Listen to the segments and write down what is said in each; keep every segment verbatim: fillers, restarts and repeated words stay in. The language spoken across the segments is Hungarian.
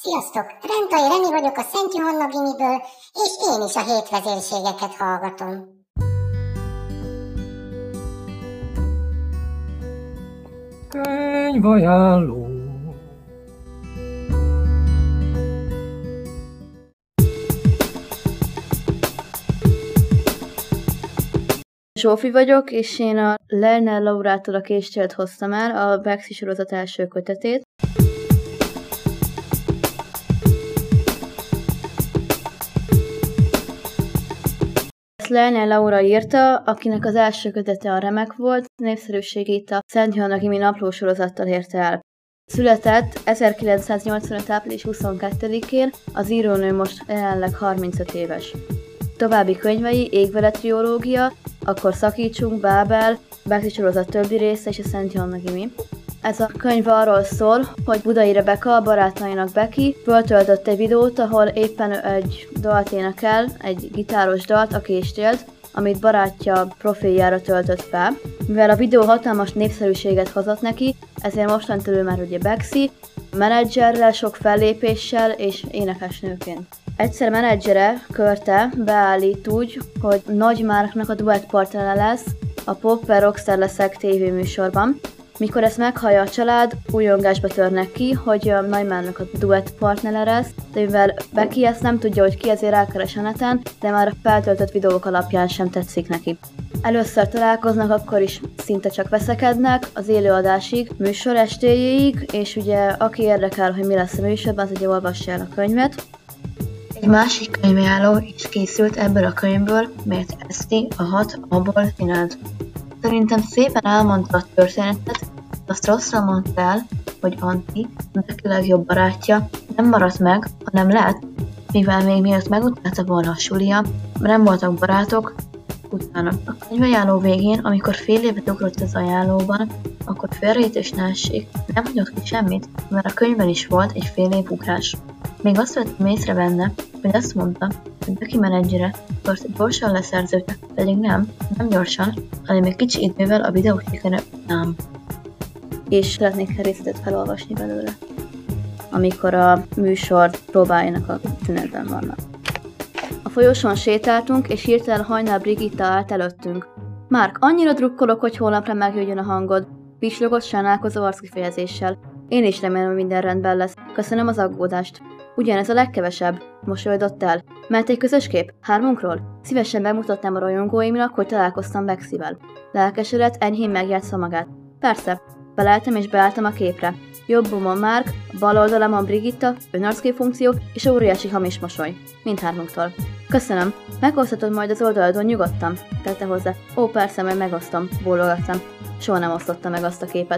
Sziasztok! Rentai Reni vagyok a Szent Johanna Gimiből, és én is a hétvezérségeket hallgatom. Könyvajánló. Zsófi vagyok, és én a Lerner Laurától a Késcsölt hoztam el, a Baxi sorozat első kötetét. Ezt Lerner Laura írta, akinek az első kötete a remek volt, népszerűségét a Szent Johanna Gimi napló sorozattal érte el. Született ezerkilencszáznyolcvanöt. április huszonkettedikén, az írónő most jelenleg harmincöt éves. További könyvei: Égvele triológia, Akkor szakítsunk, Bábel, Baxi sorozat többi része és a Szent Johanna Gimi. Ez a könyv arról szól, hogy Budai Rebeka, a barátnőjének Becky föltöltött egy videót, ahol éppen egy dalt énekel, egy gitáros dalt, a Késcsölt, amit barátja profiljára töltött fel. Mivel a videó hatalmas népszerűséget hozott neki, ezért mostantól ő már ugye Baxi, menedzserrel, sok fellépéssel és énekesnőként. Egyszer menedzsere, Körte beállít úgy, hogy Nagy Márknak a duettpartnere lesz a Pop per Rockstar leszek tévéműsorban. Mikor ezt meghallja a család, újongásba törnek ki, hogy a Nagy Márknak a duettpartnere lesz, de mivel Becky ezt nem tudja, hogy ki, ezért rákeres a neten, de már a feltöltött videók alapján sem tetszik neki. Először találkoznak, akkor is szinte csak veszekednek, az élőadásig, műsor estéjéig, és ugye aki érdekel, hogy mi lesz a műsorban, az ugye olvassa el a könyvet. Egy másik könyvajánló is készült ebből a könyvből, mert Eszti a hat abból csinált. Szerintem szépen elmondta a történetet, de azt rosszra mondta el, hogy Antti, Becky legjobb barátja, nem maradt meg, hanem lett, mivel még miatt megutálta volna a sulia, nem voltak barátok, utána. A könyvajánló végén, amikor fél évet ugrott az ajánlóban, akkor félreértés ne essék, nem hagyott ki semmit, mert a könyvben is volt egy fél év ugrás. Még azt vettem észre benne, hogy azt mondta, hogy Becky menedzsere akart gyorsan leszerződni, pedig nem, nem gyorsan, hanem egy kicsi idővel a videó sikere után. És szeretnék részletet felolvasni belőle, amikor a műsor próbáljának a szünetben vannak. A folyosón sétáltunk, és hirtelen hajnal Brigitta állt előttünk. Márk, annyira drukkolok, hogy holnapra megjöjjön a hangod, pislogott sajnálkozó arckifejezéssel. Én is remélem, hogy minden rendben lesz. Köszönöm az aggódást. Ugyanez a legkevesebb, mosolydott el. Mert egy közös kép? Hármunkról? Szívesen bemutatnám a rajongóimnak, hogy találkoztam Bexivel. Lelkesedett, enyhén megjátszva magát. Persze. Beleltem és beálltam a képre. Jobbomon Márk, a bal oldalamon Brigitta, önarckép funkció és óriási hamis mosoly. Mindhármunktól. Köszönöm. Megosztatod majd az oldaladon nyugodtan? Tette hozzá. Ó, persze, majd megosztom. Bólogattam. Soha nem osztotta meg azt a képet.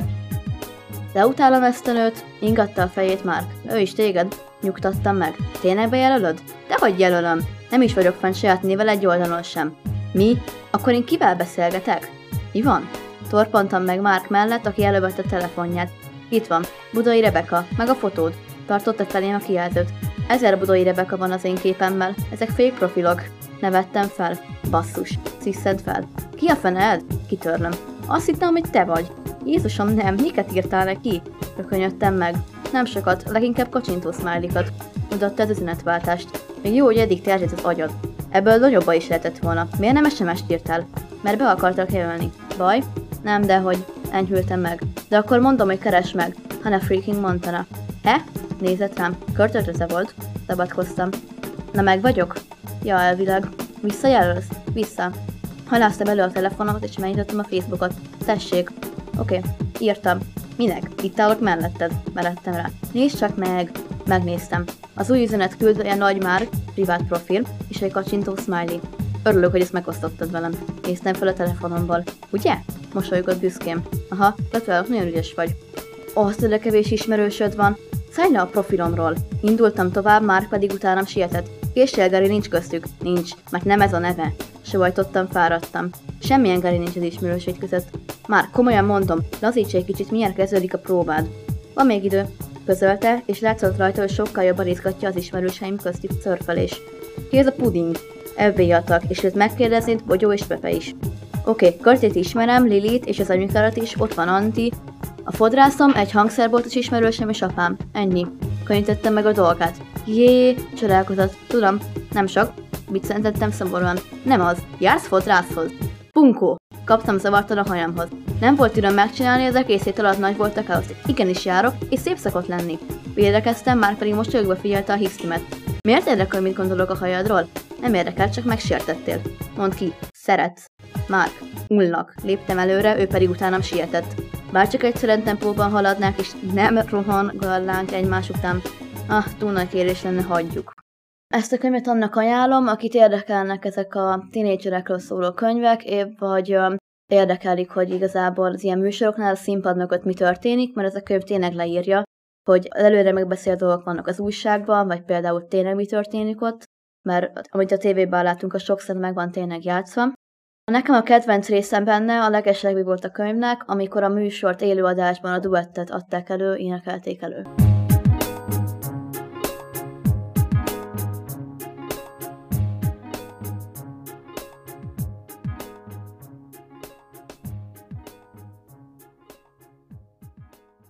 De utálom ezt a nőt, ingatta a fejét Márk. Ő is téged? Nyugtattam meg. Tényleg bejelölöd? Dehogy jelölöm. Nem is vagyok fenn saját nével egy oldalon sem. Mi? Akkor én kivel beszélgetek? Mi van? Torpantam meg Márk mellett, aki elővette a telefonját. Itt van, Budai Rebeka, meg a fotód. Tartotta felém a kijelzőt. Ezer Budai Rebeka van az én képemmel. Ezek fake profilok. Nevettem fel. Basszus. Sziszent fel. Ki a fened? Kitörlöm. Azt hittem, hogy te vagy. Jézusom, nem, miket írtál neki? Rökönyödtem meg. Nem sokat, leginkább kacsintó szmájlikat. Mutatta az üzenetváltást. Még jó, hogy eddig terzsét az agyad. Ebből nagyobba is lehetett volna. Miért nem es em est írtál? Mert be akartak jelölni. Baj? Nem, de hogy. Enyhültem meg. De akkor mondom, hogy keres meg. Hannah freaking Montana. He? Nézett rám. Körtöltöze volt. Szabadkoztam. Na meg vagyok? Ja, elvileg. Visszajelölsz? Vissza. Haláztam elő a telefonomat és megnyitottam a Facebookot. Tessék. Oké, okay. Írtam. Minek? Itt állok melletted. Meredtem rá. Nézd csak meg. Megnéztem. Az új üzenet küldője Nagy Márk, privát profil, és egy kacsintó smiley. Örülök, hogy ezt megosztottad velem. Néztem fel a telefonomból. Ugye? Mosolygott büszkén. Aha, gratulálok, nagyon ügyes vagy. Azt, de kevés ismerősöd van. Szállj le a profilomról. Indultam tovább, Márk pedig utánam sietett. Késsél, Gary, nincs köztük. Nincs, mert nem ez a neve. Sóhajtottam, fáradtam. Semmilyen Gary nincs az ismerőség között. Már komolyan mondom, lazíts egy kicsit, milyen kezdődik a próbád. Van még idő. Közölte, és látszott rajta, hogy sokkal jobban izgatja az ismerőseim közti szörfelés. Ki ez a puding? Elvéjaltak, és őt megkérdeznéd Bogyó és Pepe is. Oké, okay, Körtét ismerem, Lilit és az anyukárat is, ott van Antti. A fodrászom, egy hangszerboltos ismerősem és apám. Ennyi. Könnyítettem meg a dolgát. Jé, csodálkozott. Tudom, nem sok. Viccentettem szomorúan. Nem az. Jársz fodrászhoz. Bunkó. Kaptam zavartan a hajamhoz. Nem volt türöm megcsinálni, az egész hét alatt nagy volt a káosz. Igenis járok, és szép szokott lenni. Védekeztem, már pedig mosolyogva figyelte a hisztimet. Miért érdekel, mit gondolok a hajadról? Nem érdekel, csak megsértettél. Mondd ki. Szeretsz. Mark. Ullnak. Léptem előre, ő pedig utánam sietett. Bárcsak egyszerűen tempóban haladnák, és nem rohangallánk egymás után. Ah, túl nagy kérés lenne, hagyjuk. Ezt a könyvet annak ajánlom, akit érdekelnek ezek a tínédzserekről szóló könyvek, épp vagy ö, érdekelik, hogy igazából az ilyen műsoroknál a színpad mögött mi történik, mert ez a könyv tényleg leírja, hogy előre megbeszélt dolgok vannak az újságban, vagy például tényleg mi történik ott, mert amit a tévében látunk, a sokszor meg van tényleg játszva. Nekem a kedvenc részem benne a legeslegjobb volt a könyvnek, amikor a műsort élőadásban a duettet adták elő, énekelték elő.